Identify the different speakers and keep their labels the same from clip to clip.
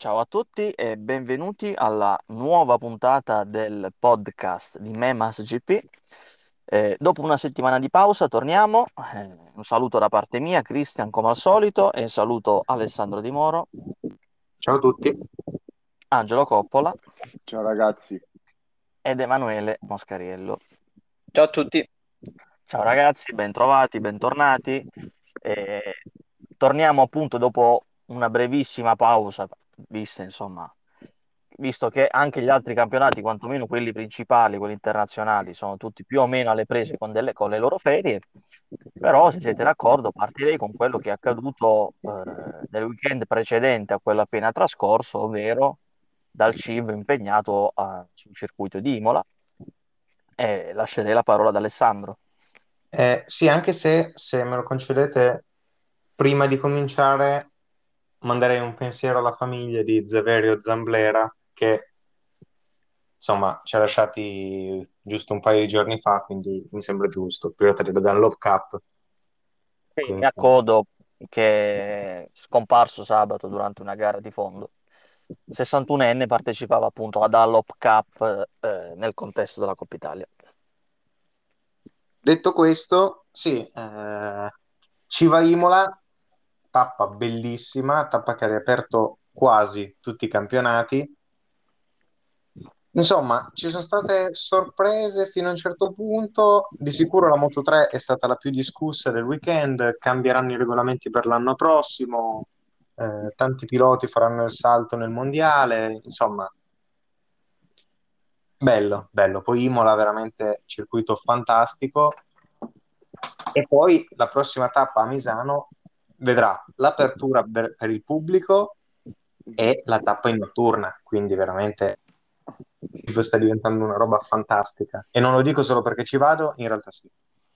Speaker 1: Ciao a tutti e benvenuti alla nuova puntata del podcast di Memas GP. Dopo una settimana di pausa torniamo. Un saluto da parte mia, Cristian come al solito, e saluto Alessandro Di Moro,
Speaker 2: Ciao a tutti.
Speaker 1: Angelo Coppola
Speaker 3: Ciao ragazzi.
Speaker 1: ed Emanuele Moscariello.
Speaker 4: Ciao a tutti.
Speaker 1: Ciao ragazzi, bentrovati, bentornati. Eh, Torniamo appunto dopo una brevissima pausa, visto che anche gli altri campionati, quantomeno quelli principali, quelli internazionali, sono tutti più o meno alle prese con le loro ferie. Però, se siete d'accordo, partirei con quello che è accaduto nel weekend precedente a quello appena trascorso, ovvero dal CIV impegnato sul circuito di Imola. E lascerei la parola ad Alessandro.
Speaker 2: Sì, anche se me lo concedete, prima di cominciare manderei un pensiero alla famiglia di Zeverio Zamblera che insomma ci ha lasciati giusto un paio di giorni fa, quindi mi sembra giusto, pilota della Dunlop Cup.
Speaker 1: Sì,
Speaker 2: Quindi,
Speaker 1: e a
Speaker 2: insomma,
Speaker 1: Codo, che è scomparso sabato durante una gara di fondo. 61enne, partecipava appunto alla Dunlop Cup nel contesto della Coppa Italia.
Speaker 2: detto questo, sì, Civa Imola, tappa bellissima, tappa che ha riaperto quasi tutti i campionati. Insomma, ci sono state sorprese fino a un certo punto. Di sicuro la Moto 3 è stata la più discussa del weekend. Cambieranno i regolamenti per l'anno prossimo. Tanti piloti faranno il salto nel mondiale. Insomma, bello, bello. Poi Imola, veramente circuito fantastico. E poi la prossima tappa a Misano vedrà l'apertura per il pubblico e la tappa in notturna. Quindi veramente sta diventando una roba fantastica. E non lo dico solo perché ci vado, in realtà sì.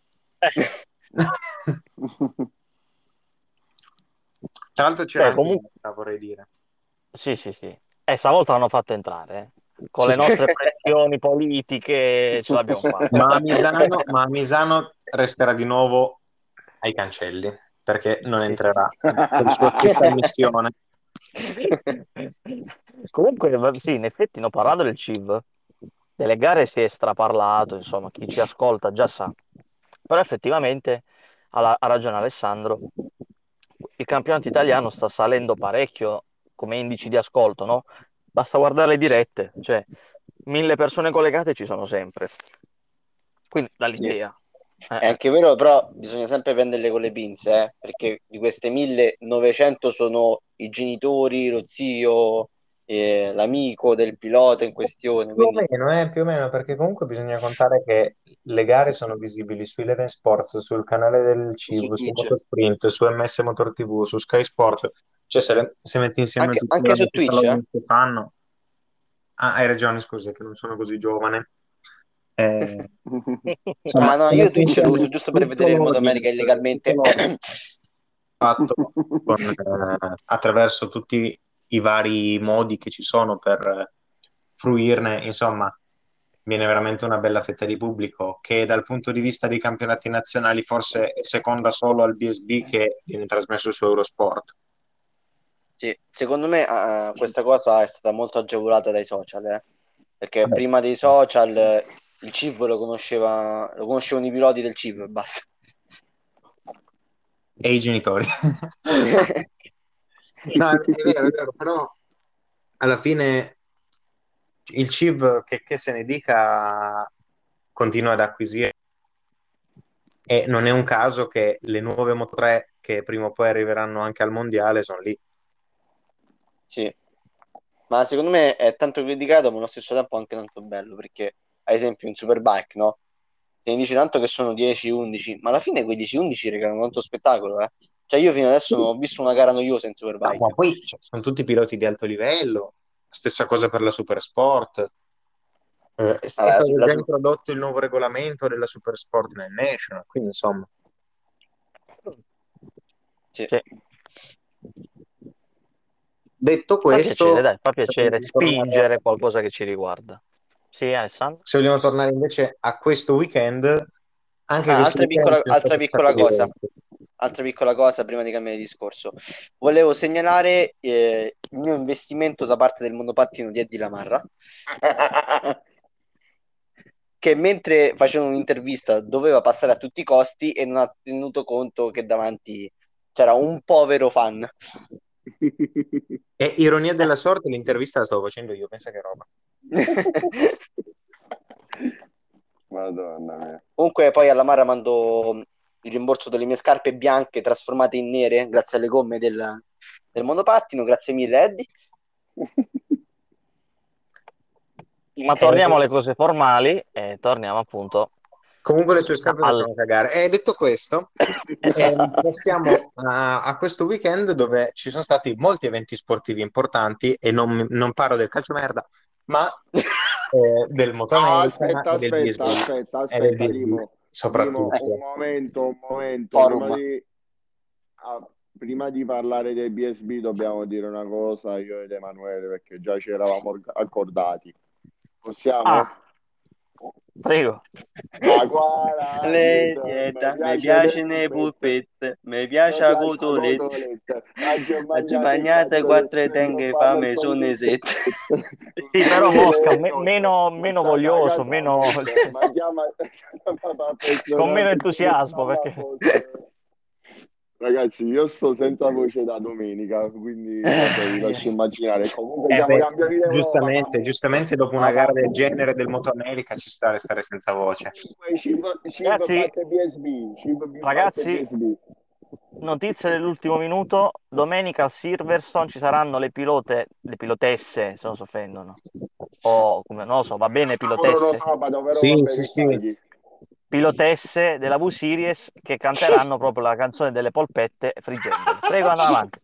Speaker 2: Tra l'altro c'era
Speaker 1: Beh,
Speaker 2: anche
Speaker 1: comunque,
Speaker 2: una, vorrei dire.
Speaker 1: sì, sì, sì. E stavolta l'hanno fatto entrare, eh. Con
Speaker 2: Sì,
Speaker 1: le
Speaker 2: sì.
Speaker 1: nostre pressioni politiche ce l'abbiamo fatta.
Speaker 2: Ma a Misano resterà di nuovo ai cancelli, perché non
Speaker 1: Sì, sì,
Speaker 2: entrerà
Speaker 1: sì.
Speaker 2: per sua stessa ammissione.
Speaker 1: Comunque, sì, in effetti, no, parlando del CIV, delle gare si è straparlato, insomma, chi ci ascolta già sa. Però effettivamente ha ragione Alessandro, il campionato italiano sta salendo parecchio come indici di ascolto, no? Basta guardare le dirette, cioè 1.000 persone collegate ci sono sempre. Quindi
Speaker 4: Sì.
Speaker 1: dall'idea.
Speaker 4: È anche vero, però bisogna sempre prenderle con le pinze, perché di queste 1900 sono i genitori, lo zio, l'amico del pilota in questione, quindi
Speaker 2: Più o meno, perché comunque bisogna contare che le gare sono visibili su Eleven Sports, sul canale del
Speaker 4: su
Speaker 2: CIV, su
Speaker 4: Twitch.
Speaker 2: Motosprint, su MS Motor TV, su Sky Sport. Cioè, se metti insieme
Speaker 4: Anche,
Speaker 2: tutte le
Speaker 4: anche su
Speaker 2: robe che
Speaker 4: Twitch,
Speaker 2: che fanno. Ah, hai ragione, scusa, che non sono così giovane.
Speaker 4: Ah
Speaker 2: Insomma,
Speaker 4: no,
Speaker 2: se
Speaker 4: io
Speaker 2: metti
Speaker 4: Twitch lo uso
Speaker 2: insieme
Speaker 4: giusto per
Speaker 2: tutto
Speaker 4: vedere il Moto America
Speaker 2: l'audience, tutto
Speaker 4: illegalmente.
Speaker 2: l'audience fatto attraverso tutti i vari modi che ci sono per fruirne, insomma, viene veramente una bella fetta di pubblico che dal punto di vista dei campionati nazionali forse è seconda solo al BSB che viene trasmesso su Eurosport.
Speaker 4: Sì, secondo me questa cosa è stata molto agevolata dai social, perché
Speaker 2: Vabbè,
Speaker 4: prima dei social il CIV lo conoscevano i piloti del CIV e basta.
Speaker 2: e i genitori. No, è vero, però alla fine il CIV, che se ne dica, continua ad acquisire e non è un caso che le nuove Moto 3 che prima o poi arriveranno anche al mondiale sono lì.
Speaker 4: Sì, ma secondo me è tanto criticato, ma allo stesso tempo anche tanto bello, perché ad esempio in Superbike, no? Se ne dice tanto che sono 10-11, ma alla fine quei 10-11 regalano tanto spettacolo, eh. Cioè io fino adesso non ho visto una gara noiosa in
Speaker 2: No, ma
Speaker 4: Superbike.
Speaker 2: poi cioè, sono tutti piloti di alto livello, stessa cosa per la Supersport. È
Speaker 4: Vabbè,
Speaker 2: stato già introdotto il nuovo regolamento della Supersport nel National, quindi insomma,
Speaker 4: sì.
Speaker 1: Sì,
Speaker 2: detto
Speaker 1: fa piacere,
Speaker 2: questo,
Speaker 1: dai, fa
Speaker 2: se
Speaker 1: piacere
Speaker 2: vogliamo tornare,
Speaker 1: spingere qualcosa che ci riguarda. Sì, Alessandro?
Speaker 2: se vogliamo tornare invece a questo weekend, anche questo
Speaker 4: Altra
Speaker 2: weekend c'è
Speaker 4: altra
Speaker 2: stato un
Speaker 4: piccola
Speaker 2: sacco di
Speaker 4: cosa.
Speaker 2: eventi.
Speaker 4: altra piccola cosa prima di cambiare discorso. Volevo segnalare il mio investimento da parte del monopattino di Eddie Lamarra, che mentre faceva un'intervista doveva passare a tutti i costi e non ha tenuto conto che davanti c'era un povero fan.
Speaker 2: E ironia della sorte, l'intervista la stavo facendo io, pensa che roba.
Speaker 3: Madonna mia.
Speaker 4: Comunque poi alla Mara mando il rimborso delle mie scarpe bianche trasformate in nere grazie alle gomme del monopattino. Grazie mille, Eddie.
Speaker 1: Ma torniamo alle cose formali e torniamo appunto
Speaker 2: Comunque le sue scarpe
Speaker 1: al...
Speaker 2: facevano cagare. E detto questo, passiamo a questo weekend dove ci sono stati molti eventi sportivi importanti e non parlo del calcio merda, ma del Moto America
Speaker 3: Aspetta,
Speaker 2: e del
Speaker 3: aspetta,
Speaker 2: BSB.
Speaker 3: aspetta,
Speaker 2: E del
Speaker 3: aspetta,
Speaker 2: BSB
Speaker 3: Dimo,
Speaker 2: soprattutto.
Speaker 3: un momento.
Speaker 4: Forum.
Speaker 3: Prima di parlare del BSB dobbiamo dire una cosa, io ed Emanuele, perché già ci eravamo accordati. Possiamo?
Speaker 1: Prego.
Speaker 3: A qua
Speaker 4: Mi piace le puppette, mi piace la cotoletta. Oggi mangiate quattro tenghe fame su ne sette.
Speaker 1: Sì, però Mosca, meno voglioso, con meno entusiasmo, perché...
Speaker 3: Ragazzi, io sto senza voce da domenica, quindi vabbè, vi lascio immaginare. Comunque siamo campioni d'Europa.
Speaker 2: Giustamente dopo una gara del genere del Moto America ci sta a restare senza voce.
Speaker 1: Ragazzi, notizie dell'ultimo minuto: domenica al Silverstone ci saranno le pilotesse, se non si offendono, o come non lo so, va bene, pilotesse.
Speaker 2: Sì.
Speaker 1: Pilotesse della V-Series che canteranno proprio la canzone delle polpette friggendole. Prego, andare avanti.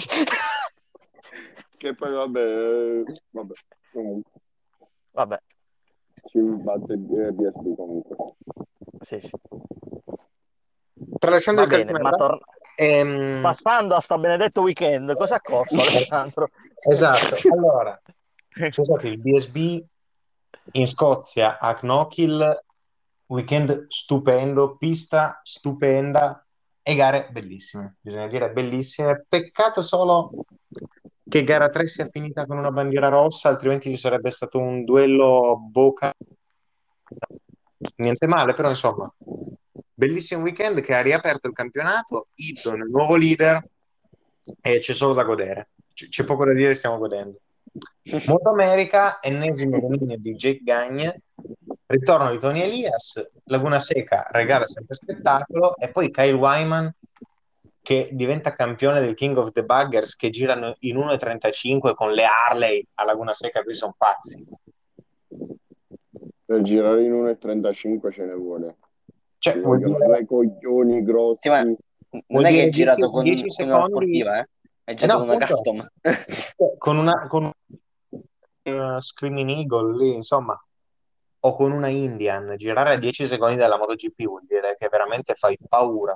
Speaker 3: Che poi vabbè. Comunque.
Speaker 1: Vabbè.
Speaker 3: Ci batte il BSB comunque.
Speaker 1: Sì.
Speaker 2: Tralasciando
Speaker 1: Va
Speaker 2: il calcio
Speaker 1: bene,
Speaker 2: merda,
Speaker 1: passando a sta benedetto weekend, cosa ha corso Alessandro?
Speaker 2: Esatto, allora c'è stato il BSB in Scozia a Knockhill, weekend stupendo, pista stupenda e gare bellissime, bisogna dire bellissime. Peccato solo che gara 3 sia finita con una bandiera rossa, altrimenti ci sarebbe stato un duello Boca. Niente male, però insomma, bellissimo weekend che ha riaperto il campionato, Ibdon, il nuovo leader, e c'è solo da godere. C'è poco da dire, stiamo godendo. Moto America, ennesimo dominio di Jake Gagne, ritorno di Tony Elias, Laguna Seca regala sempre spettacolo, e poi Kyle Wyman che diventa campione del King of the Buggers, che girano in 1.35 con le Harley a Laguna Seca, qui sono pazzi.
Speaker 3: Per girare in 1.35 ce ne vuole.
Speaker 2: Cioè,
Speaker 3: vuol dire due coglioni grossi.
Speaker 4: Sì, ma non è che è girato con una sportiva, è girato con una custom.
Speaker 2: Con una Screaming Eagle lì, insomma, o con una Indian, girare a 10 secondi dalla MotoGP vuol dire che veramente fai paura.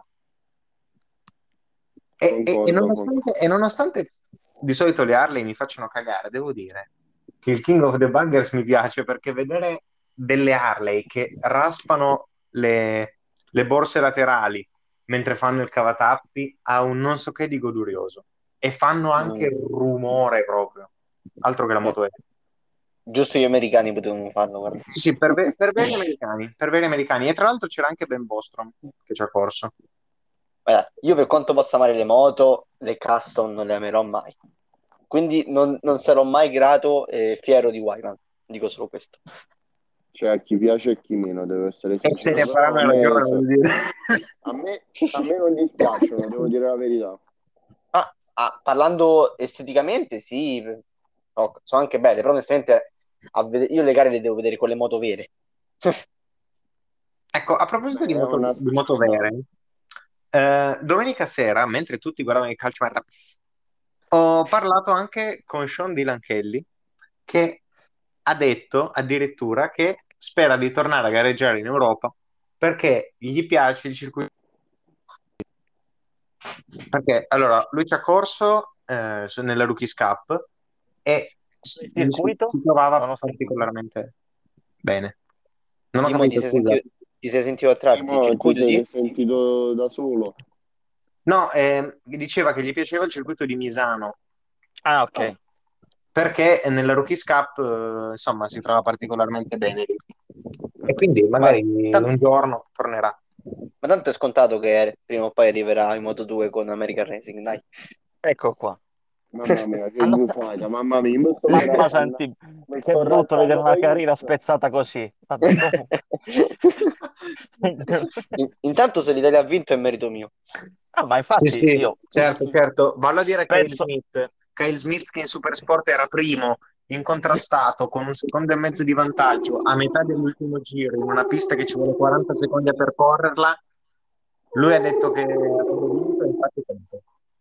Speaker 2: E nonostante di solito le Harley mi facciano cagare, devo dire che il King of the Buggers mi piace, perché vedere delle Harley che raspano le borse laterali mentre fanno il cavatappi ha un non so che di godurioso, e fanno anche rumore proprio, altro che la moto.
Speaker 4: Giusto, gli americani potevano farlo, guarda.
Speaker 2: Sì, per veri americani, e tra l'altro c'era anche Ben Bostrom che ci ha corso.
Speaker 4: Guarda, io per quanto possa amare le moto, le custom non le amerò mai, quindi non sarò mai grato e fiero di Wyman, dico solo questo.
Speaker 3: Cioè, a chi piace e chi meno, deve essere
Speaker 2: sincero. E se ne faranno ragione, vuol dire.
Speaker 3: A me non dispiacciono, devo dire la verità.
Speaker 4: Parlando esteticamente, sì, sono anche belle, però onestamente io le gare le devo vedere con le moto vere.
Speaker 2: Ecco, a proposito di moto vere, domenica sera, mentre tutti guardavano il calcio, ho parlato anche con Sean Dylan Kelly, che ha detto addirittura che spera di tornare a gareggiare in Europa perché gli piace il circuito. Perché allora lui ci ha corso nella Rookies Cup e si trovava particolarmente bene. Non ho capito,
Speaker 4: ti sei sentito attratto?
Speaker 3: Ti sei sentito da solo?
Speaker 2: No, diceva che gli piaceva il circuito di Misano
Speaker 1: Ah,
Speaker 3: Ah,
Speaker 1: ok.
Speaker 2: perché nella Rookies Cup, insomma, si trova particolarmente bene lì. E quindi
Speaker 4: Ma,
Speaker 2: magari
Speaker 4: tan-
Speaker 2: un giorno tornerà.
Speaker 4: ma tanto è scontato che prima o poi arriverà in Moto 2 con American Racing, dai.
Speaker 1: Ecco qua.
Speaker 3: mamma mia, che
Speaker 1: Hanno-
Speaker 3: gufata, mamma mia, mi sto pure
Speaker 1: Ma
Speaker 3: affannando,
Speaker 1: senti,
Speaker 3: mi
Speaker 1: che
Speaker 3: sto
Speaker 1: brutto vedere
Speaker 3: raccando
Speaker 1: una
Speaker 3: per
Speaker 1: carriera
Speaker 3: Insta.
Speaker 1: spezzata così. Vabbè, comunque.
Speaker 4: Intanto se l'Italia ha vinto è merito mio.
Speaker 1: Ah, ma
Speaker 2: Sì,
Speaker 1: infatti
Speaker 2: sì,
Speaker 1: io
Speaker 2: certo, certo. Vallo a dire Kyle
Speaker 1: spezzo.
Speaker 2: Smith. Kyle Smith che in Supersport era primo, incontrastato, con un secondo e mezzo di vantaggio, a metà dell'ultimo giro, in una pista che ci vuole 40 secondi a percorrerla. Lui ha detto che avrebbe vinto, e infatti ha vinto.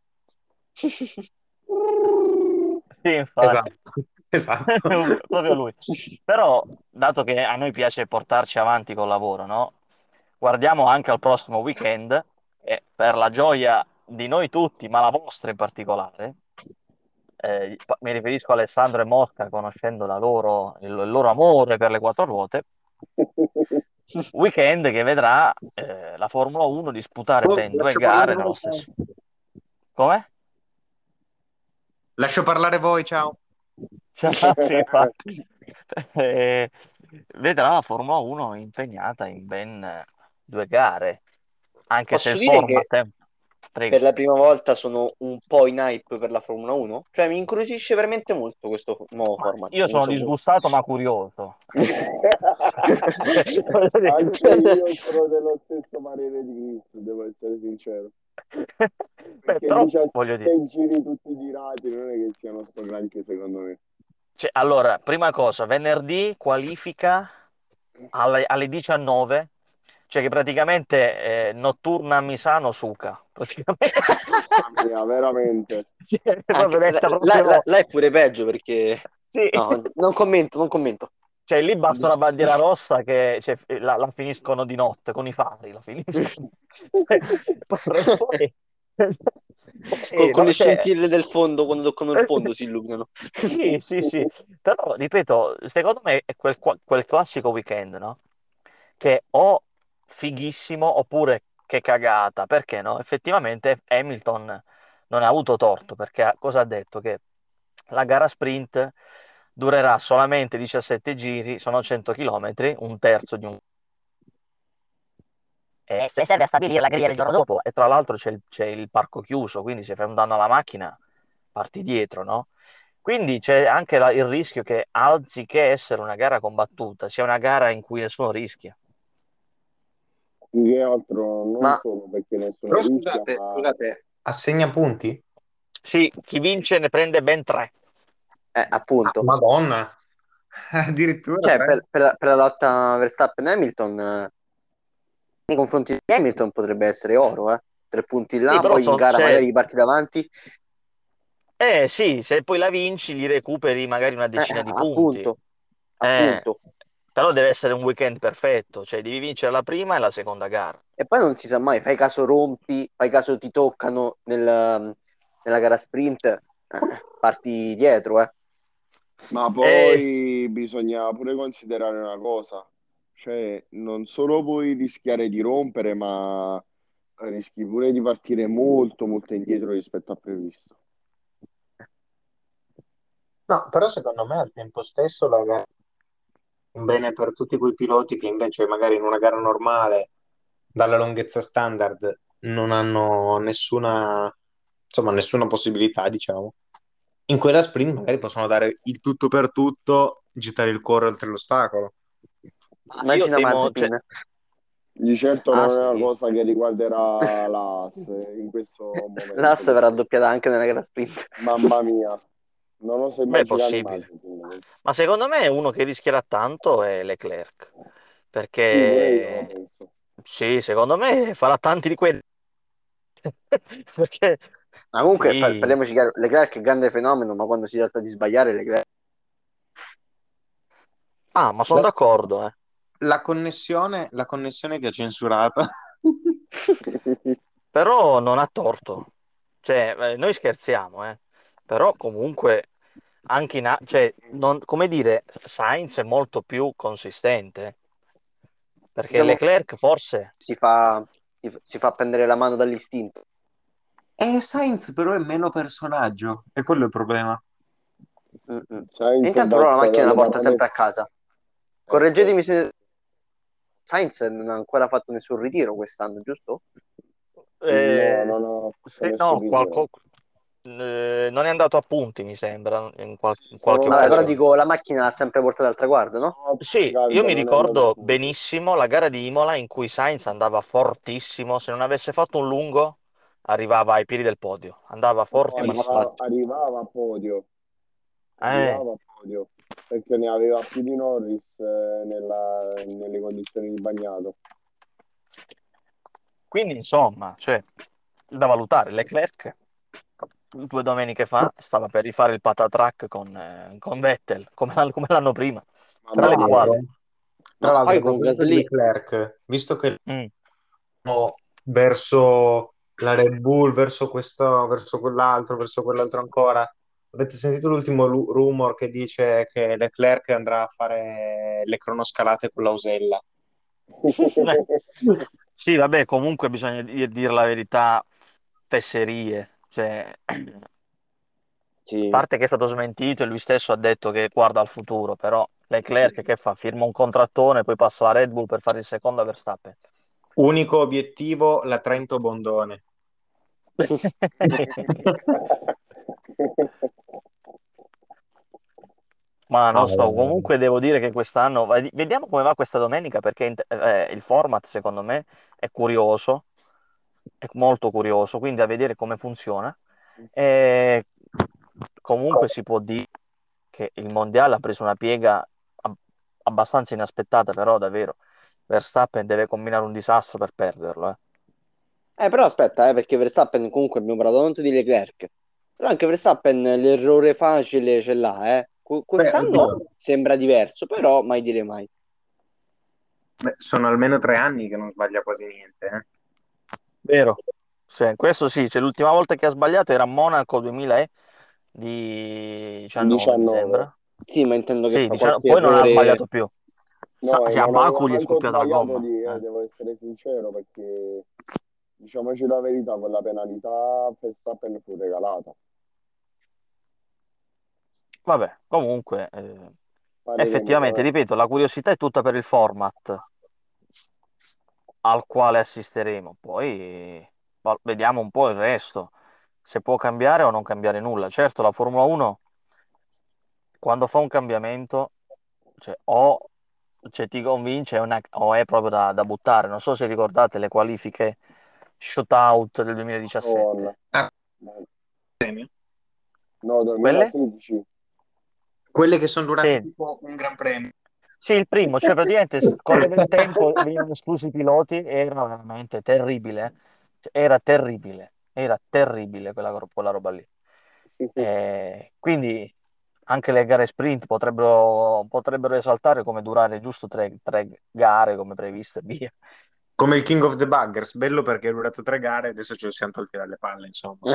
Speaker 1: Sì, infatti,
Speaker 2: Esatto, esatto.
Speaker 1: proprio lui. Però, dato che a noi piace portarci avanti col lavoro, no? Guardiamo anche al prossimo weekend e per la gioia di noi tutti, ma la vostra in particolare, mi riferisco a Alessandro e Mosca, conoscendo il loro amore per le quattro ruote, weekend che vedrà la Formula 1 disputare
Speaker 2: Oh,
Speaker 1: ben due
Speaker 2: lascio parlare
Speaker 1: gare
Speaker 2: voi,
Speaker 1: nello
Speaker 2: ciao.
Speaker 1: stesso. Come?
Speaker 2: Lascio parlare voi, ciao.
Speaker 1: Cioè, sì, infatti. Eh, vedrà la Formula 1 impegnata in ben due gare, anche se
Speaker 4: Posso
Speaker 1: il
Speaker 4: dire che
Speaker 1: format è...
Speaker 4: per
Speaker 1: Prego.
Speaker 4: la prima volta sono un po' in hype per la Formula 1? Cioè mi incuriosisce veramente molto questo nuovo
Speaker 1: Ma
Speaker 4: format,
Speaker 1: io
Speaker 4: non
Speaker 1: sono
Speaker 4: so voi.
Speaker 1: disgustato ma curioso. Voglio
Speaker 3: Anche
Speaker 1: dire-
Speaker 3: io sono dello stesso parere di Chris, devo essere sincero.
Speaker 1: Beh,
Speaker 3: Perché
Speaker 1: però voglio dire,
Speaker 3: 17 giri tutti girati non è che siano sto granché secondo me.
Speaker 1: cioè, allora, prima cosa, venerdì qualifica alle 19, cioè che praticamente notturna Misano Suca, praticamente.
Speaker 3: Mamma mia, veramente.
Speaker 1: Cioè, è proprio
Speaker 4: Anche,
Speaker 1: detta proprio...
Speaker 4: là è pure peggio perché...
Speaker 1: Sì,
Speaker 4: No, non commento, non commento.
Speaker 1: cioè lì basta una bandiera rossa che cioè, la finiscono di notte con i fari, la finiscono. Cioè, poi,
Speaker 4: Con
Speaker 1: no,
Speaker 4: le
Speaker 1: cioè,
Speaker 4: scintille del fondo, quando toccano il fondo si illuminano.
Speaker 1: sì, sì, sì, però ripeto, secondo me è quel classico weekend, no? Che o fighissimo oppure che cagata, perché no? Effettivamente Hamilton non ha avuto torto, perché cosa ha detto? Che la gara sprint durerà solamente 17 giri, sono 100 km, un terzo di un... E se serve a stabilire la griglia del giorno dopo. E tra l'altro c'è il parco chiuso, quindi se fai un danno alla macchina parti dietro, no? Quindi c'è anche il rischio che, anziché essere una gara combattuta, sia una gara in cui nessuno rischia.
Speaker 3: Più che altro non
Speaker 4: Ma
Speaker 3: solo perché nessuno
Speaker 2: Però
Speaker 3: rischia,
Speaker 2: scusate,
Speaker 3: ma
Speaker 2: scusate, assegna punti?
Speaker 1: Sì, chi vince ne prende ben tre.
Speaker 2: Ah,
Speaker 4: appunto,
Speaker 2: Madonna, addirittura
Speaker 4: cioè
Speaker 2: tre.
Speaker 4: per la lotta Verstappen-Hamilton, nei confronti di Hamilton potrebbe essere oro, eh. 3 punti
Speaker 1: Sì,
Speaker 4: là,
Speaker 1: però
Speaker 4: poi in gara magari riparti davanti.
Speaker 1: sì, se poi la vinci, gli recuperi magari una decina di punti.
Speaker 4: Appunto,
Speaker 1: Eh,
Speaker 4: appunto.
Speaker 1: però deve essere un weekend perfetto, cioè devi vincere la prima e la seconda gara.
Speaker 4: E poi non si sa mai, fai caso rompi, fai caso ti toccano nella gara sprint, parti dietro, eh.
Speaker 3: Ma
Speaker 1: E
Speaker 3: poi bisogna pure considerare una cosa, cioè non solo puoi rischiare di rompere, ma rischi pure di partire molto molto indietro rispetto a previsto.
Speaker 2: No, però secondo me al tempo stesso la gara è un bene per tutti quei piloti che invece magari in una gara normale, dalla lunghezza standard, non hanno nessuna, insomma, nessuna possibilità, diciamo. In quella sprint magari possono dare il tutto per tutto, gettare il cuore oltre l'ostacolo.
Speaker 1: io
Speaker 4: Immagina
Speaker 1: temo, cioè,
Speaker 4: Mazepin.
Speaker 3: Di certo
Speaker 1: ah
Speaker 3: non è una
Speaker 1: sì,
Speaker 3: cosa che riguarderà l'AS in questo momento,
Speaker 4: L'Ass verrà
Speaker 3: perché
Speaker 4: doppiata anche nella gara sprint.
Speaker 3: mamma mia, non oso
Speaker 1: beh, è
Speaker 3: immaginare
Speaker 1: possibile.
Speaker 3: immagini.
Speaker 1: Ma secondo me uno che rischierà tanto è Leclerc,
Speaker 3: Sì, pure io lo
Speaker 1: perché
Speaker 3: penso.
Speaker 1: sì, secondo me farà tanti di quelli. Perché
Speaker 4: Ma comunque
Speaker 1: sì,
Speaker 4: parliamoci chiaro, Leclerc è grande fenomeno, ma quando si tratta di sbagliare, Leclerc...
Speaker 1: ah, ma sono
Speaker 2: La,
Speaker 1: d'accordo, eh.
Speaker 2: la connessione ti ha censurato.
Speaker 1: Però non ha torto. Cioè, noi scherziamo, però comunque anche cioè, come dire, Sainz è molto più consistente, perché
Speaker 4: Diciamo,
Speaker 1: Leclerc forse...
Speaker 4: si fa prendere la mano dall'istinto.
Speaker 2: E Sainz però è meno personaggio, e quello è il problema.
Speaker 4: E
Speaker 3: Sainz
Speaker 4: intanto però la
Speaker 3: basta
Speaker 4: macchina la
Speaker 3: dalle
Speaker 4: porta sempre
Speaker 3: parole.
Speaker 4: a casa.
Speaker 3: Ecco.
Speaker 4: Correggetemi se Sainz non ha ancora fatto nessun ritiro quest'anno, giusto?
Speaker 3: No,
Speaker 1: Eh,
Speaker 3: non ho fatto
Speaker 1: sì,
Speaker 3: nessun
Speaker 1: no,
Speaker 3: ritiro.
Speaker 1: non è andato a punti, mi sembra, in qualche
Speaker 3: Solo
Speaker 4: Vabbè, però
Speaker 1: occasione.
Speaker 4: dico, la macchina l'ha sempre portata al traguardo, no?
Speaker 3: no, più che
Speaker 1: Sì, io
Speaker 3: altro
Speaker 1: mi
Speaker 3: non è andato a
Speaker 1: ricordo
Speaker 3: punti.
Speaker 1: benissimo la gara di Imola in cui Sainz andava fortissimo, se non avesse fatto un lungo arrivava ai piedi del podio, andava
Speaker 3: No,
Speaker 4: Ma
Speaker 1: fortissimo.
Speaker 4: infatti.
Speaker 1: Eh,
Speaker 3: arrivava a podio, perché ne aveva più di Norris nelle condizioni di bagnato.
Speaker 1: quindi insomma, cioè, da valutare. Leclerc 2 domeniche fa stava per rifare il patatrack con Vettel, come l'anno prima,
Speaker 3: Mamma
Speaker 2: Tra
Speaker 1: tra le
Speaker 3: mia.
Speaker 1: quali.
Speaker 2: l'altro, tra
Speaker 4: Ma
Speaker 2: l'altro,
Speaker 4: poi
Speaker 2: a
Speaker 4: con
Speaker 2: proposito di
Speaker 4: Gasly,
Speaker 2: Leclerc, visto che
Speaker 1: Mm.
Speaker 2: no, verso la Red Bull, verso questo, verso quell'altro ancora. Avete sentito l'ultimo rumor che dice che Leclerc andrà a fare le cronoscalate con l'Ausella?
Speaker 1: Sì, vabbè, comunque bisogna dire la verità, fesserie. Cioè, a
Speaker 4: sì.
Speaker 1: parte che è stato smentito e lui stesso ha detto che guarda al futuro, però Leclerc
Speaker 2: Sì.
Speaker 1: che fa? Firma un contrattone, poi passa alla Red Bull per fare il secondo a Verstappen.
Speaker 2: Unico obiettivo, la Trento Bondone.
Speaker 1: Ma
Speaker 2: Ah,
Speaker 1: non so, comunque devo dire che quest'anno, vediamo come va questa domenica perché il format secondo me è curioso, è molto curioso, quindi a vedere come funziona. E comunque si può dire che il mondiale ha preso una piega ab- abbastanza inaspettata, però davvero Verstappen deve combinare un disastro per perderlo, eh.
Speaker 4: Però aspetta, perché Verstappen comunque abbiamo parlato tanto di Leclerc. Però anche Verstappen l'errore facile ce l'ha, eh.
Speaker 2: beh,
Speaker 4: Quest'anno
Speaker 2: oddio.
Speaker 4: sembra diverso, però mai dire mai.
Speaker 2: Beh, sono almeno 3 anni che non sbaglia quasi niente, eh.
Speaker 1: Vero? Sì, questo sì, cioè, l'ultima volta che ha sbagliato era a Monaco 2019, mi
Speaker 3: 19.
Speaker 1: sembra.
Speaker 4: Sì, ma intendo che
Speaker 1: Sì,
Speaker 4: fa qualche
Speaker 1: poi non ha
Speaker 4: errore.
Speaker 1: sbagliato più.
Speaker 3: No, e
Speaker 1: Sì, a
Speaker 3: non
Speaker 1: Baku
Speaker 3: aveva
Speaker 1: gli è
Speaker 3: manco
Speaker 1: scoppiata la
Speaker 3: sbagliato
Speaker 1: gomma.
Speaker 3: lì, devo essere sincero, perché diciamoci la verità, quella penalità Verstappen fu regalata.
Speaker 1: Vabbè, comunque,
Speaker 3: Parleremo
Speaker 1: effettivamente,
Speaker 3: poi.
Speaker 1: ripeto, la curiosità è tutta per il format al quale assisteremo. Poi vediamo un po' il resto, se può cambiare o non cambiare nulla. Certo, la Formula 1, quando fa un cambiamento, cioè, cioè, ti convince o è proprio da buttare. Non so se ricordate le qualifiche shootout del
Speaker 3: Madonna.
Speaker 1: 2017.
Speaker 2: Premio.
Speaker 3: No,
Speaker 1: Quelle?
Speaker 3: 2016.
Speaker 2: Quelle che sono durate
Speaker 1: Sì,
Speaker 2: tipo un gran premio.
Speaker 1: sì, il primo, cioè praticamente scorreva il tempo, venivano esclusi i piloti, era veramente terribile. Cioè, era terribile quella roba lì. Quindi anche le gare sprint potrebbero esaltare come durare giusto tre gare come previste e via.
Speaker 2: Come il King of the Buggers, bello perché è durato 3 gare, adesso ce lo siamo tolti dalle palle, insomma.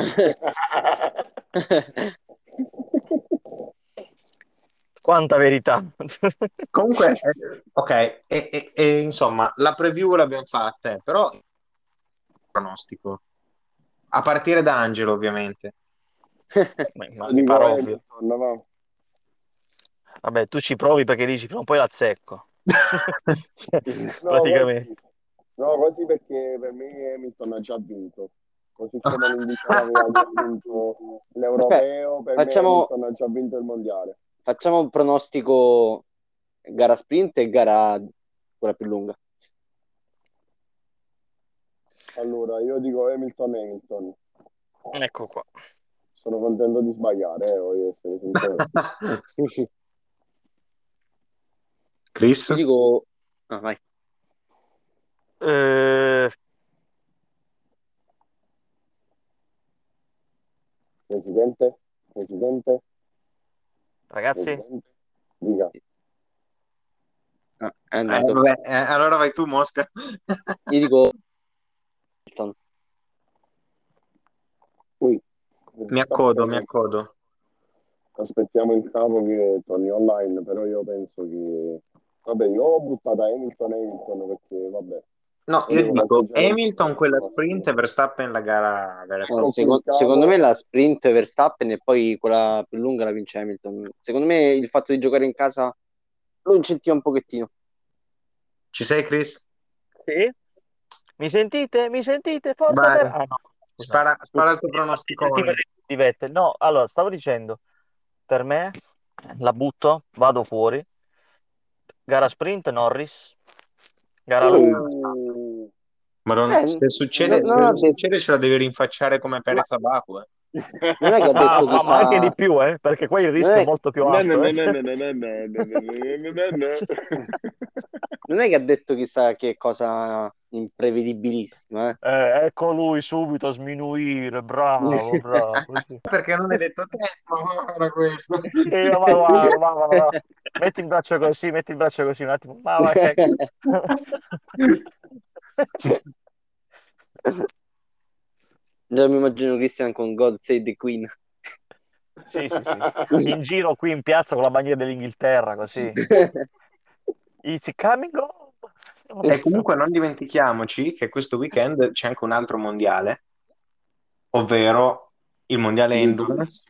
Speaker 1: Quanta verità.
Speaker 2: Comunque, ok, insomma, la preview l'abbiamo fatta, però pronostico. A partire da Angelo, ovviamente.
Speaker 1: Ma
Speaker 3: Io
Speaker 1: mi
Speaker 3: dico
Speaker 1: pare ovvio.
Speaker 3: Hamilton, va.
Speaker 1: Vabbè, tu ci provi perché dici prima o poi la azzecco.
Speaker 3: No,
Speaker 1: Praticamente.
Speaker 3: così. No, così perché per me Hamilton ha già vinto. Così come l'Inghilterra aveva già vinto
Speaker 4: Aspetta,
Speaker 3: l'Europeo, per me
Speaker 4: facciamo,
Speaker 3: Hamilton ha già vinto il Mondiale.
Speaker 4: facciamo un pronostico gara sprint e gara quella più lunga.
Speaker 3: Allora, io dico Hamilton.
Speaker 1: Ecco qua.
Speaker 3: Sono contento di sbagliare, voglio essere sincero.
Speaker 2: Chris?
Speaker 4: Io dico... Ah, vai.
Speaker 1: Eh,
Speaker 3: Presidente, Presidente,
Speaker 1: ragazzi,
Speaker 3: Presidente, dica.
Speaker 4: Ah, è andato.
Speaker 2: Vabbè, allora vai tu, Mosca.
Speaker 4: Io dico Hamilton.
Speaker 3: Qui,
Speaker 2: Mi accodo, mi accodo.
Speaker 3: aspettiamo il capo che torni online, però io penso che... Vabbè, io ho buttato Hamilton perché, vabbè.
Speaker 2: No, io
Speaker 3: Volevo
Speaker 2: dico
Speaker 3: lasseggiare un
Speaker 2: Hamilton
Speaker 3: po',
Speaker 2: quella sprint e Verstappen la gara vera e propria.
Speaker 3: Complicato.
Speaker 4: Secondo me la sprint Verstappen e poi quella più lunga la vince Hamilton. Secondo me il fatto di giocare in casa lo incentiva un pochettino.
Speaker 2: Ci sei, Chris?
Speaker 1: Sì? Mi sentite? Mi sentite? Forza
Speaker 2: Vai,
Speaker 1: per... Ah no, scusate.
Speaker 2: spara il tuo
Speaker 1: Il team
Speaker 2: pronosticone.
Speaker 1: di Vettel. No, allora, stavo dicendo, per me, la butto, vado fuori. Gara sprint, Norris. Gara lunga, Verstappen.
Speaker 3: Uh,
Speaker 2: Madonna,
Speaker 4: Eh,
Speaker 2: se
Speaker 4: non ha detto,
Speaker 2: succede ce la devi rinfacciare come
Speaker 4: ma
Speaker 2: Perez a Baku, eh.
Speaker 4: non è che ha
Speaker 1: Ma,
Speaker 4: detto
Speaker 1: ma- ma anche di
Speaker 4: chissà,
Speaker 1: più, perché qua il
Speaker 4: non
Speaker 1: rischio è
Speaker 4: è,
Speaker 1: molto più
Speaker 3: no, no,
Speaker 1: alto,
Speaker 3: no, no, no, no, no, no, no, no, no, no, no.
Speaker 4: non è che ha detto chissà che cosa imprevedibilissima,
Speaker 1: Ecco lui subito a sminuire, bravo, bravo. Sì.
Speaker 2: Perché non hai detto te? Ma guarda questo.
Speaker 1: Sì, ma guarda, va. Metti il braccio così, metti il braccio così un attimo. Ma va che...
Speaker 4: Già mi immagino Christian con God Save the Queen.
Speaker 1: Sì. In giro qui in piazza con la bandiera dell'Inghilterra, così. It's coming home.
Speaker 2: E comunque non dimentichiamoci che questo weekend c'è anche un altro mondiale, ovvero il mondiale Endurance,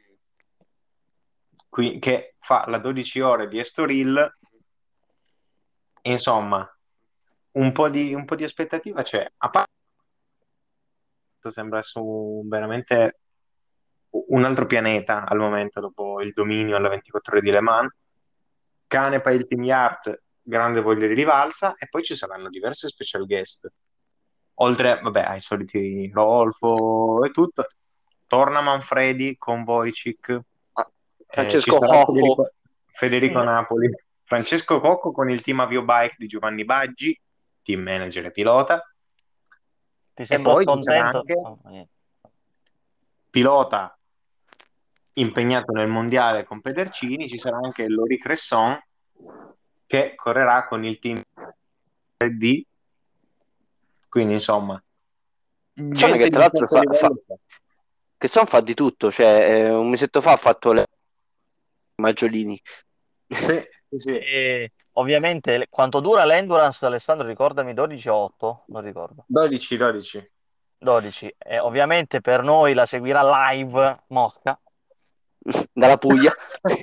Speaker 2: che fa la 12 ore di Estoril. Insomma, un po' di aspettativa c'è. A parte sembra su veramente un altro pianeta al momento dopo il dominio alla 24 ore di Le Mans. Canepa e il Team Yard, grande voglia di rivalsa, e poi ci saranno diverse special guest. Oltre, vabbè, ai soliti Rodolfo e tutto, torna Manfredi con Wojcik,
Speaker 4: Ah,
Speaker 2: ci
Speaker 4: Francesco
Speaker 2: sarà
Speaker 4: Ho.
Speaker 2: Federico Napoli, Francesco Cocco con il team Avio Bike di Giovanni Baggi, team manager e pilota,
Speaker 1: Ti
Speaker 2: e
Speaker 1: sembro
Speaker 2: poi ci sarà
Speaker 1: scontento?
Speaker 2: anche
Speaker 1: Oh, niente.
Speaker 2: pilota impegnato nel mondiale con Pedercini, ci sarà anche Lori Cresson che correrà con il team D, quindi insomma,
Speaker 4: Persona che
Speaker 2: gente
Speaker 4: tra
Speaker 2: di
Speaker 4: l'altro
Speaker 2: certo livello.
Speaker 4: che son fa di tutto, cioè un mesetto fa ha fatto le Maggiolini.
Speaker 2: Sì, sì.
Speaker 1: E ovviamente quanto dura l'endurance, Alessandro, ricordami 12 o 8? Non ricordo.
Speaker 2: 12, 12.
Speaker 1: 12. E ovviamente per noi la seguirà live Mosca.
Speaker 4: Dalla Puglia.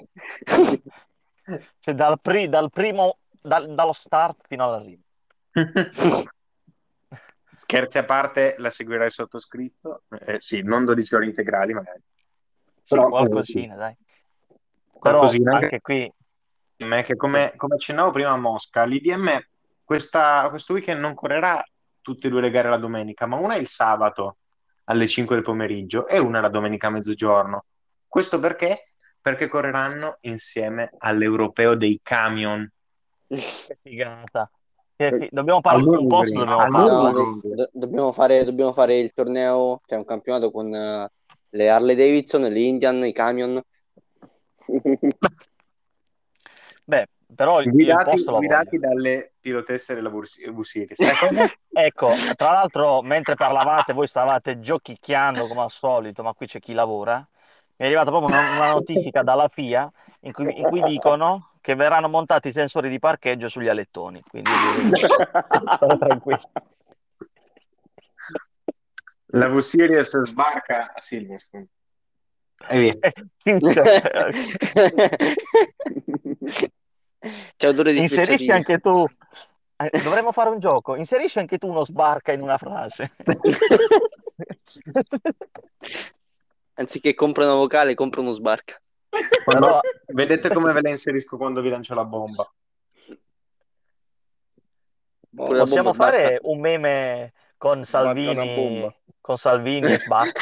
Speaker 1: Cioè dal primo, dallo start fino all'arrivo.
Speaker 2: Scherzi a parte, la seguirai sottoscritto. Sì, non 12 ore integrali magari.
Speaker 1: Sì,
Speaker 2: Però sì,
Speaker 1: qualcosina, dai. Però
Speaker 2: qualcosina. Anche
Speaker 1: anche qui,
Speaker 2: che
Speaker 1: sì.
Speaker 2: come accennavo prima a Mosca, l'IDM questo weekend non correrà tutte e due le gare la domenica, ma una è il sabato alle 5 del pomeriggio e una la domenica a mezzogiorno. Questo perché? Perché correranno insieme all'Europeo dei Camion.
Speaker 1: Che figata. Dobbiamo
Speaker 2: Al
Speaker 1: un posto
Speaker 2: Nürburgring,
Speaker 1: dobbiamo
Speaker 2: al
Speaker 1: farlo,
Speaker 4: No,
Speaker 2: Nürburgring.
Speaker 4: dobbiamo fare il torneo, cioè un campionato con le Harley Davidson, le Indian, i camion.
Speaker 1: Beh, però io il posto lo voglio.
Speaker 2: Guidati dalle pilotesse della V-Series. Sai cosa?
Speaker 1: Ecco, tra l'altro, mentre parlavate, voi stavate giochicchiando come al solito, ma qui c'è chi lavora. Mi è arrivata proprio una notifica dalla FIA in cui dicono che verranno montati i sensori di parcheggio sugli alettoni. Quindi io direi di stare tranquilli.
Speaker 2: La V-Series sbarca a Silverstone. E via.
Speaker 1: Cioè,
Speaker 4: C'è odore di
Speaker 1: inserisci
Speaker 4: frecciatine.
Speaker 1: anche tu. Dovremmo fare un gioco. Inserisci anche tu uno sbarca in una frase.
Speaker 4: Anziché compra una vocale, compra uno sbarca.
Speaker 1: Però
Speaker 2: Vedete come ve la inserisco quando vi lancio la bomba.
Speaker 4: Oppure la bomba
Speaker 1: possiamo
Speaker 4: sbarca.
Speaker 1: fare un meme
Speaker 3: Sbarca una bomba.
Speaker 1: Con Salvini e sbarca.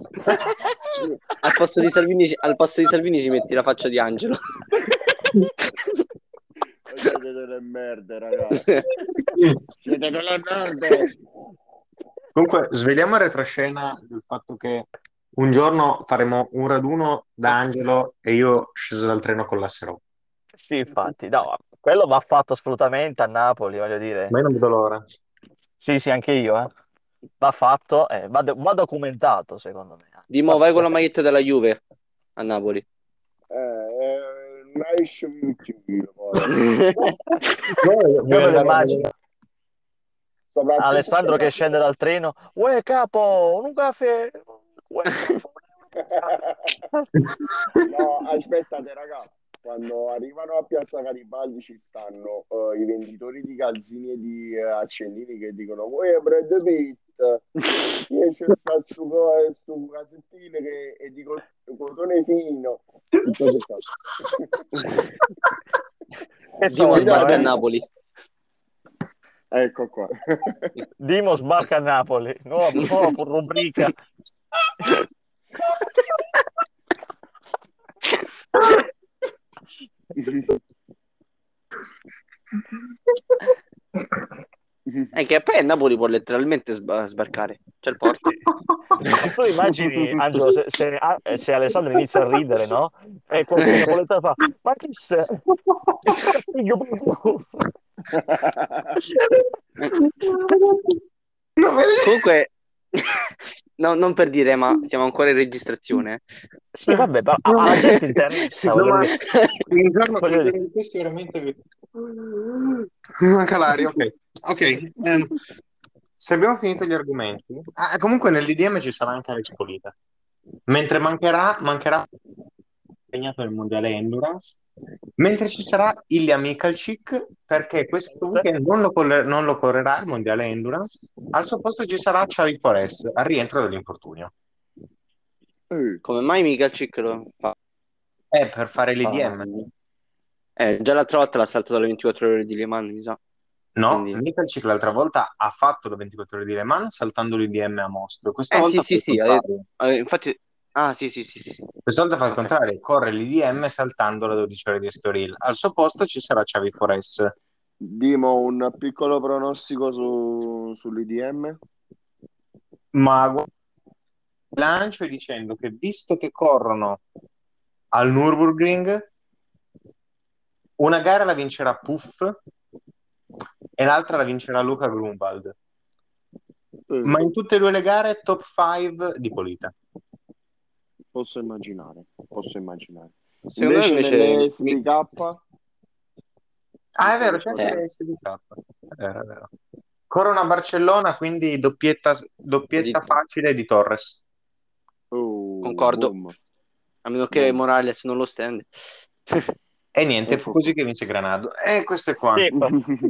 Speaker 4: Al posto di Salvini ci metti la faccia di Angelo.
Speaker 3: Siete delle merde, ragazzi. Siete delle merde.
Speaker 2: Comunque, sveliamo in retroscena del fatto che un giorno faremo un raduno da Angelo e io sceso dal treno con l'asserò.
Speaker 1: Sì, infatti, no, quello va fatto assolutamente a Napoli, voglio dire.
Speaker 2: Ma io non vedo l'ora.
Speaker 1: Sì, anche io, eh. Va fatto, va documentato, secondo me.
Speaker 4: Dimo,
Speaker 1: Va
Speaker 4: vai con la
Speaker 1: documentato.
Speaker 4: maglietta della Juve a Napoli.
Speaker 3: Nice with you, poi.
Speaker 2: No,
Speaker 1: Io me lo immagino.
Speaker 3: Soprattutto
Speaker 1: Alessandro che scende dal treno, uè capo, un caffè, uè capo, un caffè.
Speaker 3: No, aspettate, raga. Quando arrivano a Piazza Garibaldi ci stanno i venditori di calzini e di accendini che dicono uè Brad Pitt, io c'è sto casettino che è di cotone fino e cose qua.
Speaker 1: Che
Speaker 4: Dimo
Speaker 1: sono,
Speaker 4: sbarca a
Speaker 3: Guidate.
Speaker 4: Napoli.
Speaker 3: Ecco qua.
Speaker 1: Dimo sbarca a Napoli, nuova rubrica.
Speaker 4: Che poi a Napoli può letteralmente sbarcare. C'è il porto.
Speaker 1: Tu immagini, Angelo, se Alessandro inizia a ridere, no? E qualche napoletano fa, ma chi sei? Figlio Blu.
Speaker 4: Comunque, no, non per dire, ma stiamo ancora in registrazione.
Speaker 1: Sì, vabbè, però alla gente interessa,
Speaker 2: No,
Speaker 1: voglio
Speaker 2: ma
Speaker 1: dire.
Speaker 2: un giorno
Speaker 1: Voglio dire.
Speaker 2: di questi veramente mi manca l'aria, ok. Se abbiamo finito gli argomenti, comunque nell'IDM ci sarà anche Alex Polita, mentre mancherà impegnato nel mondiale Endurance, mentre ci sarà Ilya Michalczyk perché questo weekend non lo correrà il mondiale Endurance, al suo posto ci sarà Xavi Forés al rientro dall'infortunio.
Speaker 4: Come mai Michalczyk lo fa?
Speaker 2: Per fare l'IDM.
Speaker 4: Già l'altra volta l'ha saltato alle 24 ore di Le Mans, mi sa.
Speaker 2: No,
Speaker 4: Quindi...
Speaker 2: Michalczyk l'altra volta ha fatto le 24 ore di Le Mans saltando l'IDM a Mosto. Questa
Speaker 4: sì,
Speaker 2: volta fa
Speaker 4: sì,
Speaker 2: il
Speaker 4: sì.
Speaker 2: contrario.
Speaker 4: Infatti... Ah, sì, sì, sì, sì.
Speaker 2: Questa volta fa il
Speaker 4: Ok.
Speaker 2: contrario, corre l'IDM saltando le 12 ore di Estoril. Al suo posto ci sarà Xavi Forés.
Speaker 3: Dimo un piccolo pronostico sull'IDM.
Speaker 2: Ma lancio dicendo che visto che corrono al Nürburgring, una gara la vincerà Puff e l'altra la vincerà Luca Grunwald. Ma in tutte e due le gare top 5 di Polita.
Speaker 3: Posso immaginare.
Speaker 4: Secondo me invece
Speaker 3: nelle SDK
Speaker 2: È vero, c'è anche le SDK. È vero. Corrono a Barcellona, quindi doppietta facile di Torres.
Speaker 4: concordo.
Speaker 3: Boom.
Speaker 4: A meno che Morales non lo stende.
Speaker 2: E niente, fu così che vinse Granado. E questo è qua.
Speaker 1: Sì,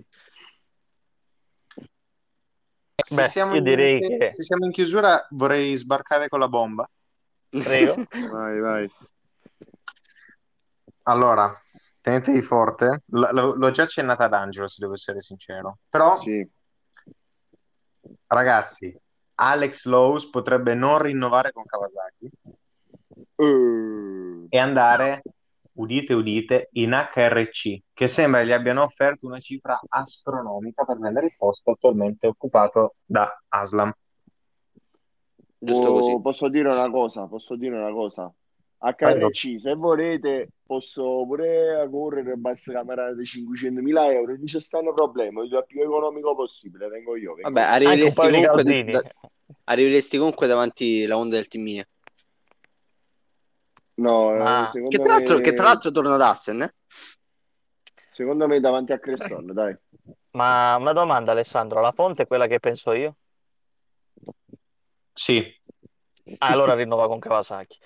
Speaker 2: Se siamo in chiusura, vorrei sbarcare con la bomba.
Speaker 1: Prego.
Speaker 3: Vai.
Speaker 2: Allora, tenetevi forte. L'ho già accennata ad Angelo, se devo essere sincero. Però,
Speaker 3: sì.
Speaker 2: Ragazzi, Alex Lowe's potrebbe non rinnovare con Kawasaki e andare, udite, in HRC, che sembra gli abbiano offerto una cifra astronomica per prendere il posto attualmente occupato da Aslam.
Speaker 4: Giusto così.
Speaker 3: Posso dire una cosa? HRC, se volete, posso pure correre bassa camera di 500.000 euro. Non c'è stanno problema, il più economico possibile. Vengo io.
Speaker 4: Vabbè,
Speaker 1: Anche un paio di caldini.
Speaker 4: arriveresti comunque davanti la Honda del team mia.
Speaker 3: No,
Speaker 4: che tra l'altro torna ad Assen,
Speaker 3: Secondo me davanti a Crestone, dai.
Speaker 1: Ma una domanda, Alessandro, la fonte è quella che penso io?
Speaker 2: Sì.
Speaker 1: Allora rinnova con Kawasaki.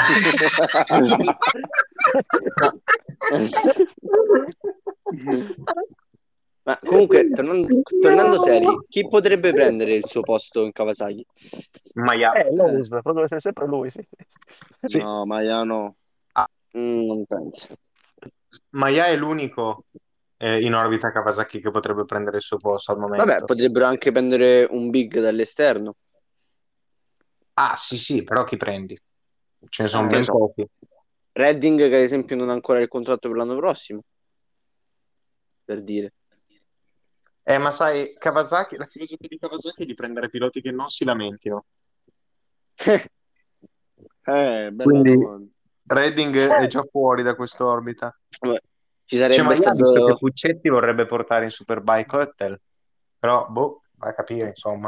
Speaker 4: Ma comunque, tornando seri, chi potrebbe prendere il suo posto in Kawasaki?
Speaker 2: Maya.
Speaker 1: Lewis, proprio essere sempre lui, sì.
Speaker 3: No, Maya no.
Speaker 4: Non penso.
Speaker 2: Maya è l'unico in orbita Kawasaki che potrebbe prendere il suo posto al momento.
Speaker 4: Vabbè, potrebbero anche prendere un big dall'esterno.
Speaker 2: Ah, sì, però chi prendi? Ce ne sono ben pochi.
Speaker 4: Redding, che ad esempio non ha ancora il contratto per l'anno prossimo. Per dire.
Speaker 2: Ma sai, Kawasaki, la filosofia di Kawasaki è di prendere piloti che non si lamentino. Quindi Redding è già fuori da quest'orbita.
Speaker 4: Ci sarebbe
Speaker 2: stato... visto che Puccetti vorrebbe portare in Superbike Hotel, però vai a capire, insomma.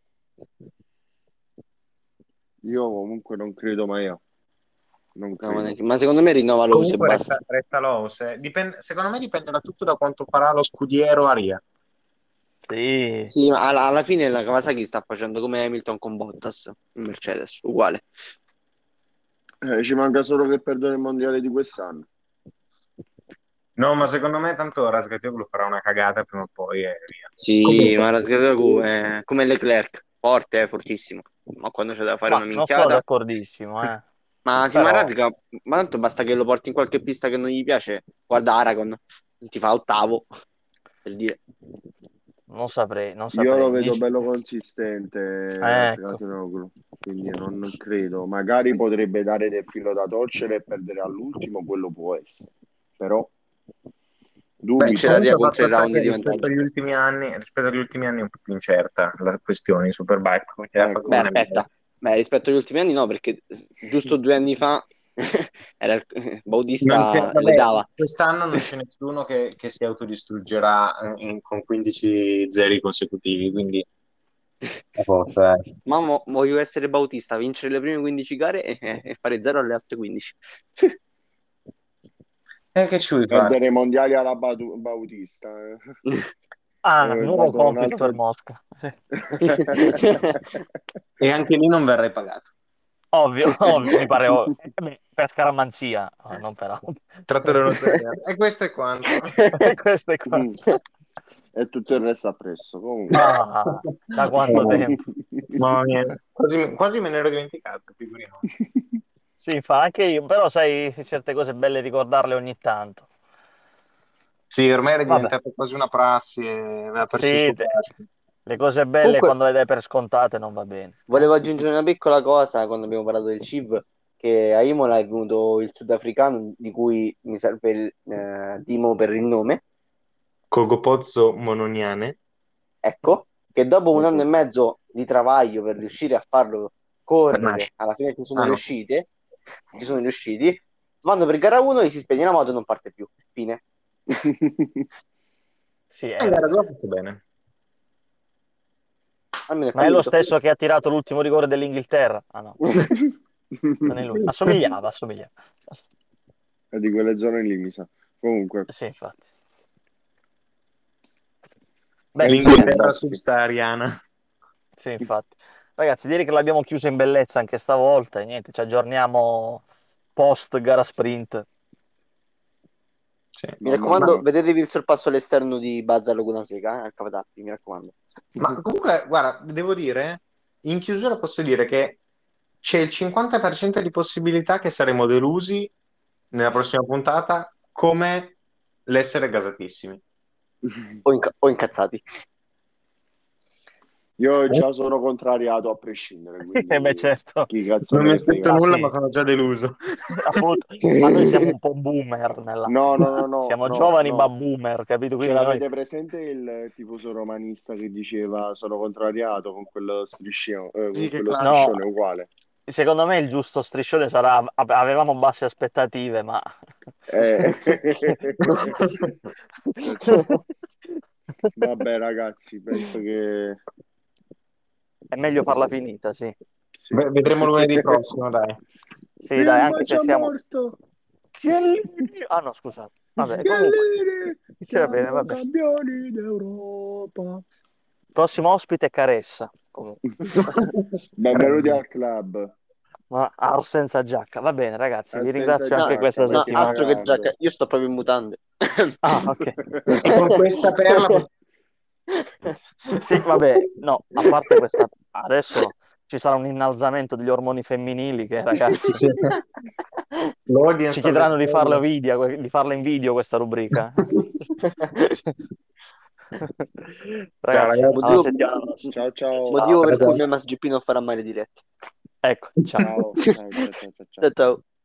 Speaker 3: Io comunque non credo mai.
Speaker 4: Ma secondo me rinnova Lowe's e basta.
Speaker 2: Resta Lowe's. Secondo me dipenderà tutto da quanto farà lo scudiero Aria.
Speaker 1: Sì.
Speaker 4: Sì, ma alla fine la Kawasaki sta facendo come Hamilton con Bottas, in Mercedes, uguale.
Speaker 3: Ci manca solo che perdono il mondiale di quest'anno.
Speaker 2: No, ma secondo me tanto Razgatlioglu farà una cagata prima o poi e via.
Speaker 4: Sì,
Speaker 2: Comunque,
Speaker 4: ma la Sgataku è come Leclerc, forte, fortissimo. Ma quando c'è da fare
Speaker 1: Ma
Speaker 4: una
Speaker 1: non sono
Speaker 4: minchiata.
Speaker 1: d'accordissimo,
Speaker 4: Ma sì, ma
Speaker 1: però
Speaker 4: Razga, ma tanto basta che lo porti in qualche pista che non gli piace. Guarda Aragon, ti fa ottavo, per dire.
Speaker 1: non saprei, non
Speaker 3: Io lo
Speaker 1: saprei.
Speaker 3: vedo
Speaker 1: Dici...
Speaker 3: bello consistente,
Speaker 1: Ecco,
Speaker 3: Razgatlioglu, quindi non credo. Magari potrebbe dare del filo da torcere e perdere all'ultimo, quello può essere. Però
Speaker 4: Beh,
Speaker 3: dubito.
Speaker 4: c'è la Ria
Speaker 2: comunque
Speaker 4: contro
Speaker 2: fatto
Speaker 4: il
Speaker 2: sta
Speaker 4: round
Speaker 2: che
Speaker 4: di vantaggio.
Speaker 2: rispetto agli ultimi anni è un po' più incerta la questione in Superbike, quindi la cosa
Speaker 4: Beh,
Speaker 3: Ecco,
Speaker 2: non è bella.
Speaker 4: aspetta. Beh, rispetto agli ultimi anni no, perché giusto 2 anni fa era Bautista le
Speaker 2: Vabbè,
Speaker 4: dava.
Speaker 2: quest'anno non c'è nessuno che si autodistruggerà con 15 zeri consecutivi, quindi a posto, dai.
Speaker 4: Ma voglio essere Bautista, vincere le prime 15 gare e fare 0 alle altre 15.
Speaker 2: Che ci vuoi fare?
Speaker 3: perdere i mondiali alla Bautista. È
Speaker 1: nuovo
Speaker 3: dato un
Speaker 1: compito per
Speaker 3: altro...
Speaker 1: Mosca. Sì.
Speaker 2: E anche lì non verrai pagato.
Speaker 1: Ovvio, ovvio, mi pare ovvio. Beh, per scaramanzia, non per altro.
Speaker 2: Trattore notariale. E questo è quanto.
Speaker 1: Questo è qua.
Speaker 3: E tutto il resto appresso. Comunque.
Speaker 1: Ah, da quanto tempo?
Speaker 2: Mamma mia, quasi me ne ero dimenticato, figurino.
Speaker 1: Sì, fa anche io, però sai, certe cose belle ricordarle ogni tanto.
Speaker 2: Sì, ormai era
Speaker 1: Vabbè,
Speaker 2: diventata quasi una prassi e aveva perso il
Speaker 1: sì,
Speaker 2: suo fascino.
Speaker 1: le cose belle
Speaker 4: Comunque,
Speaker 1: quando le dai per scontate non va bene.
Speaker 4: volevo aggiungere una piccola cosa quando abbiamo parlato del CIV, che a Imola è venuto il sudafricano di cui mi serve il Timo per il nome,
Speaker 2: Cogopozzo Mononiane.
Speaker 4: ecco, che dopo un anno
Speaker 3: Ecco
Speaker 4: e
Speaker 3: qua.
Speaker 4: mezzo di travaglio per riuscire a farlo
Speaker 2: Per nascere.
Speaker 4: correre, alla fine
Speaker 2: Ah no.
Speaker 4: ci sono riusciti, vanno per gara 1, gli si spegne la moto e non parte più, fine.
Speaker 1: Sì,
Speaker 2: Gara
Speaker 1: vabbè.
Speaker 2: 2 ha fatto bene.
Speaker 4: Almeno è
Speaker 1: Ma è lo
Speaker 4: partito.
Speaker 1: stesso che ha tirato l'ultimo rigore dell'Inghilterra? Ah no, non è lui. Assomigliava, assomigliava.
Speaker 3: È di quelle zone lì, mi sa. Comunque,
Speaker 1: Sì, infatti. Beh,
Speaker 3: quindi
Speaker 2: L'Inghilterra
Speaker 1: ragazzi,
Speaker 3: basta.
Speaker 2: subsahariana.
Speaker 1: sì, infatti. Ragazzi, direi che l'abbiamo chiusa in bellezza anche stavolta e niente, ci aggiorniamo post gara sprint.
Speaker 2: Sì.
Speaker 4: Mi
Speaker 3: Mamma
Speaker 4: raccomando,
Speaker 3: mia.
Speaker 4: vedetevi il sorpasso all'esterno di Bazza Laguna Seca, al Cavatappi, mi raccomando.
Speaker 2: Ma comunque, guarda, devo dire, in chiusura posso dire che c'è il 50% di possibilità che saremo delusi nella prossima puntata come l'essere gasatissimi.
Speaker 4: O incazzati.
Speaker 3: Io già sono contrariato a prescindere,
Speaker 1: Sì, beh,
Speaker 3: quindi
Speaker 1: certo.
Speaker 3: chi cazzo
Speaker 2: Non
Speaker 3: me
Speaker 2: mi
Speaker 3: ne
Speaker 2: aspetto
Speaker 3: frega.
Speaker 1: Ah,
Speaker 2: nulla, ma
Speaker 1: sì,
Speaker 2: sono già deluso.
Speaker 1: appunto. Ma noi siamo un po' boomer
Speaker 3: No, no, no, no,
Speaker 1: siamo
Speaker 3: no,
Speaker 1: giovani ma
Speaker 3: no.
Speaker 1: boomer, capito?
Speaker 3: Ce
Speaker 1: Quindi noi...
Speaker 3: l'avete presente il tifoso romanista che diceva sono contrariato
Speaker 2: Sì,
Speaker 3: con
Speaker 2: che
Speaker 3: quello
Speaker 1: No,
Speaker 3: striscione uguale?
Speaker 1: secondo me il giusto striscione sarà... Avevamo basse aspettative, ma...
Speaker 3: Eh, Vabbè, ragazzi, penso che
Speaker 1: È meglio farla finita, sì.
Speaker 3: sì.
Speaker 2: Vedremo lunedì prossimo, dai.
Speaker 1: Sì, dai,
Speaker 3: Il
Speaker 1: anche se
Speaker 3: bacio
Speaker 1: siamo...
Speaker 3: morto!
Speaker 1: Chiellini! Ah no, scusate. Vabbè, comunque...
Speaker 3: Chiellini!
Speaker 1: Va bene, va
Speaker 3: Siamo
Speaker 1: bene.
Speaker 3: campioni d'Europa!
Speaker 1: Prossimo ospite è Caressa. Comunque.
Speaker 3: Benvenuti al club.
Speaker 1: Ma Ars senza giacca. Va bene, ragazzi, vi
Speaker 3: Senza
Speaker 1: ringrazio
Speaker 4: No,
Speaker 1: anche
Speaker 3: giacca
Speaker 1: questa
Speaker 4: no,
Speaker 3: perché fa
Speaker 1: settimana.
Speaker 4: altro che giacca,
Speaker 3: caldo.
Speaker 4: io sto proprio in mutande.
Speaker 1: Ah, ok.
Speaker 2: E con questa perla
Speaker 1: Sì, vabbè, no, a parte questa, adesso ci sarà un innalzamento degli ormoni femminili che,
Speaker 2: sì,
Speaker 1: ragazzi,
Speaker 2: sì.
Speaker 1: ci
Speaker 2: L'audience alle
Speaker 1: chiederanno
Speaker 2: stelle.
Speaker 1: di farla in video questa rubrica.
Speaker 2: Ciao
Speaker 1: Ragazzi, alla
Speaker 2: ragazzi.
Speaker 4: Motivo,
Speaker 1: settimana prossima.
Speaker 3: Ciao ciao.
Speaker 1: Ciao.
Speaker 4: motivo per cui
Speaker 2: Ciao.
Speaker 4: MSGP non farà mai le dirette.
Speaker 1: Ecco, ciao.
Speaker 3: Ciao ciao ciao ciao ciao ciao.
Speaker 4: Ciao ciao.